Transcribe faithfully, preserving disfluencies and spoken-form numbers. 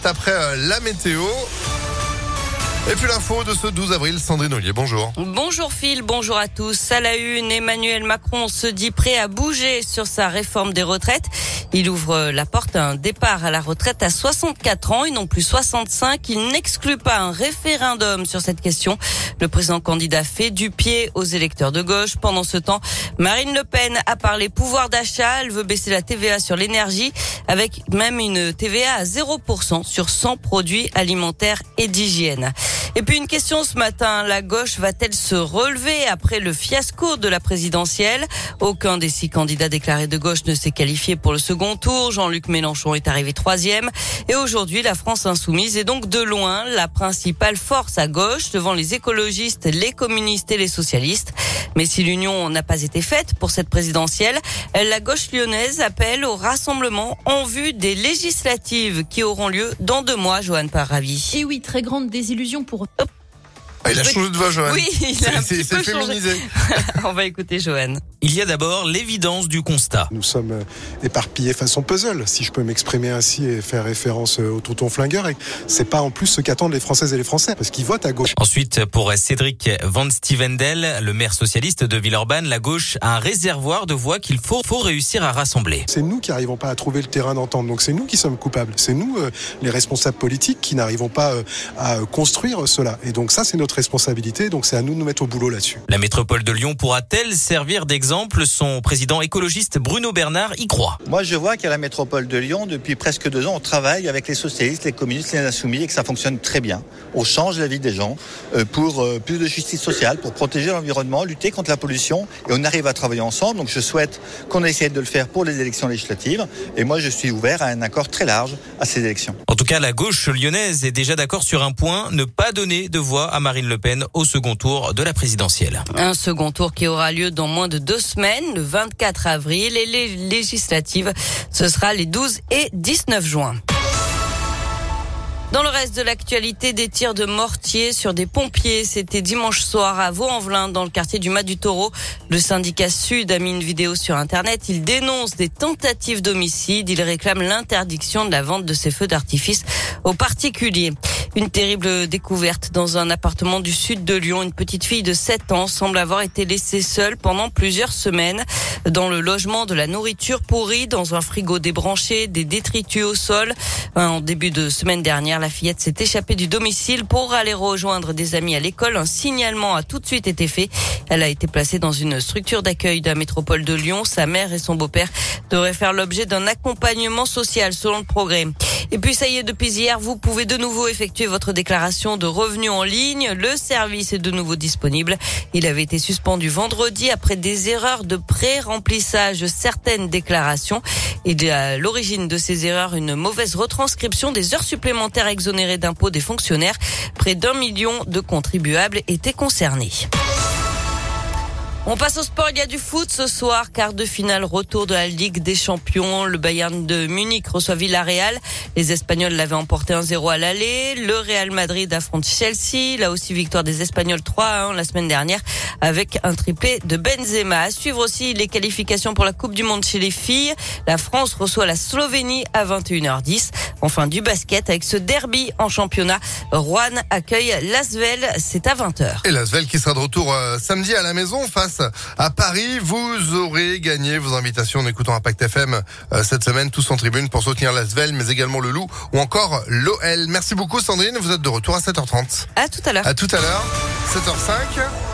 juste après euh, la météo. Et puis l'info de ce douze avril, Sandrine Ollier, bonjour. Bonjour Phil, bonjour à tous. À la une, Emmanuel Macron se dit prêt à bouger sur sa réforme des retraites. Il ouvre la porte à un départ à la retraite à soixante-quatre ans et non plus soixante-cinq. Il n'exclut pas un référendum sur cette question. Le président candidat fait du pied aux électeurs de gauche. Pendant ce temps, Marine Le Pen a parlé pouvoir d'achat. Elle veut baisser la T V A sur l'énergie avec même une T V A à zéro pour cent sur cent produits alimentaires et d'hygiène. Et puis une question ce matin, la gauche va-t-elle se relever après le fiasco de la présidentielle? Aucun des six candidats déclarés de gauche ne s'est qualifié pour le second tour. Jean-Luc Mélenchon est arrivé troisième. Et aujourd'hui, la France insoumise est donc de loin la principale force à gauche devant les écologistes, les communistes et les socialistes. Mais si l'union n'a pas été faite pour cette présidentielle, la gauche lyonnaise appelle au rassemblement en vue des législatives qui auront lieu dans deux mois, Joanne Paravi. Et oui, très grande désillusion pour... Ah, il a changé de voix, Joanne. Oui, il a un c'est, petit c'est, peu c'est changé. féminisé. On va écouter Joanne. Il y a d'abord l'évidence du constat. Nous sommes éparpillés façon puzzle, si je peux m'exprimer ainsi et faire référence au tonton flingueur. Et c'est pas en plus ce qu'attendent les Françaises et les Français, parce qu'ils votent à gauche. Ensuite, pour Cédric Van Stevendel, le maire socialiste de Villeurbanne, la gauche a un réservoir de voix qu'il faut, faut réussir à rassembler. C'est nous qui n'arrivons pas à trouver le terrain d'entente, donc c'est nous qui sommes coupables. C'est nous, euh, les responsables politiques, qui n'arrivons pas euh, à construire cela. Et donc ça, c'est notre responsabilité, donc c'est à nous de nous mettre au boulot là-dessus. La métropole de Lyon pourra-t-elle servir d'exemple? Son président écologiste Bruno Bernard y croit. Moi, je vois qu'à la métropole de Lyon, depuis presque deux ans, on travaille avec les socialistes, les communistes, les insoumis et que ça fonctionne très bien. On change la vie des gens pour plus de justice sociale, pour protéger l'environnement, lutter contre la pollution et on arrive à travailler ensemble. Donc je souhaite qu'on essaie de le faire pour les élections législatives et moi je suis ouvert à un accord très large à ces élections. En tout cas, la gauche lyonnaise est déjà d'accord sur un point, ne pas donner de voix à Marine Le Pen au second tour de la présidentielle. Un second tour qui aura lieu dans moins de deux semaines, le vingt-quatre avril, et les législatives, ce sera les douze et dix-neuf juin. Dans le reste de l'actualité, des tirs de mortier sur des pompiers. C'était dimanche soir à Vaux-en-Velin, dans le quartier du Mas du Taureau. Le syndicat Sud a mis une vidéo sur Internet. Il dénonce des tentatives d'homicide. Il réclame l'interdiction de la vente de ces feux d'artifice aux particuliers. Une terrible découverte dans un appartement du sud de Lyon. Une petite fille de sept ans semble avoir été laissée seule pendant plusieurs semaines. Dans le logement, de la nourriture pourrie, dans un frigo débranché, des détritus au sol. En début de semaine dernière, la fillette s'est échappée du domicile pour aller rejoindre des amis à l'école. Un signalement a tout de suite été fait. Elle a été placée dans une structure d'accueil de la métropole de Lyon. Sa mère et son beau-père devraient faire l'objet d'un accompagnement social selon le Progrès. Et puis ça y est, depuis hier, vous pouvez de nouveau effectuer votre déclaration de revenus en ligne. Le service est de nouveau disponible. Il avait été suspendu vendredi après des erreurs de pré-remplissage de certaines déclarations. Et à l'origine de ces erreurs, une mauvaise retranscription des heures supplémentaires exonérées d'impôts des fonctionnaires. Près d'un million de contribuables étaient concernés. On passe au sport, il y a du foot ce soir, quart de finale, retour de la Ligue des Champions. Le Bayern de Munich reçoit Villarreal. Les Espagnols l'avaient emporté un zéro à l'aller. Le Real Madrid affronte Chelsea. Là aussi, victoire des Espagnols trois à un la semaine dernière avec un triplé de Benzema. À suivre aussi les qualifications pour la Coupe du Monde chez les filles. La France reçoit la Slovénie à vingt et une heures dix. Enfin, du basket avec ce derby en championnat. Rouen accueille l'Asvel, c'est à vingt heures. Et l'Asvel qui sera de retour euh, samedi à la maison face à Paris. Vous aurez gagné vos invitations en écoutant Impact F M euh, cette semaine, tous en tribune pour soutenir l'Asvel, mais également le Loup ou encore l'O L. Merci beaucoup Sandrine, vous êtes de retour à sept heures trente. À tout à l'heure. À tout à l'heure, sept heures cinq.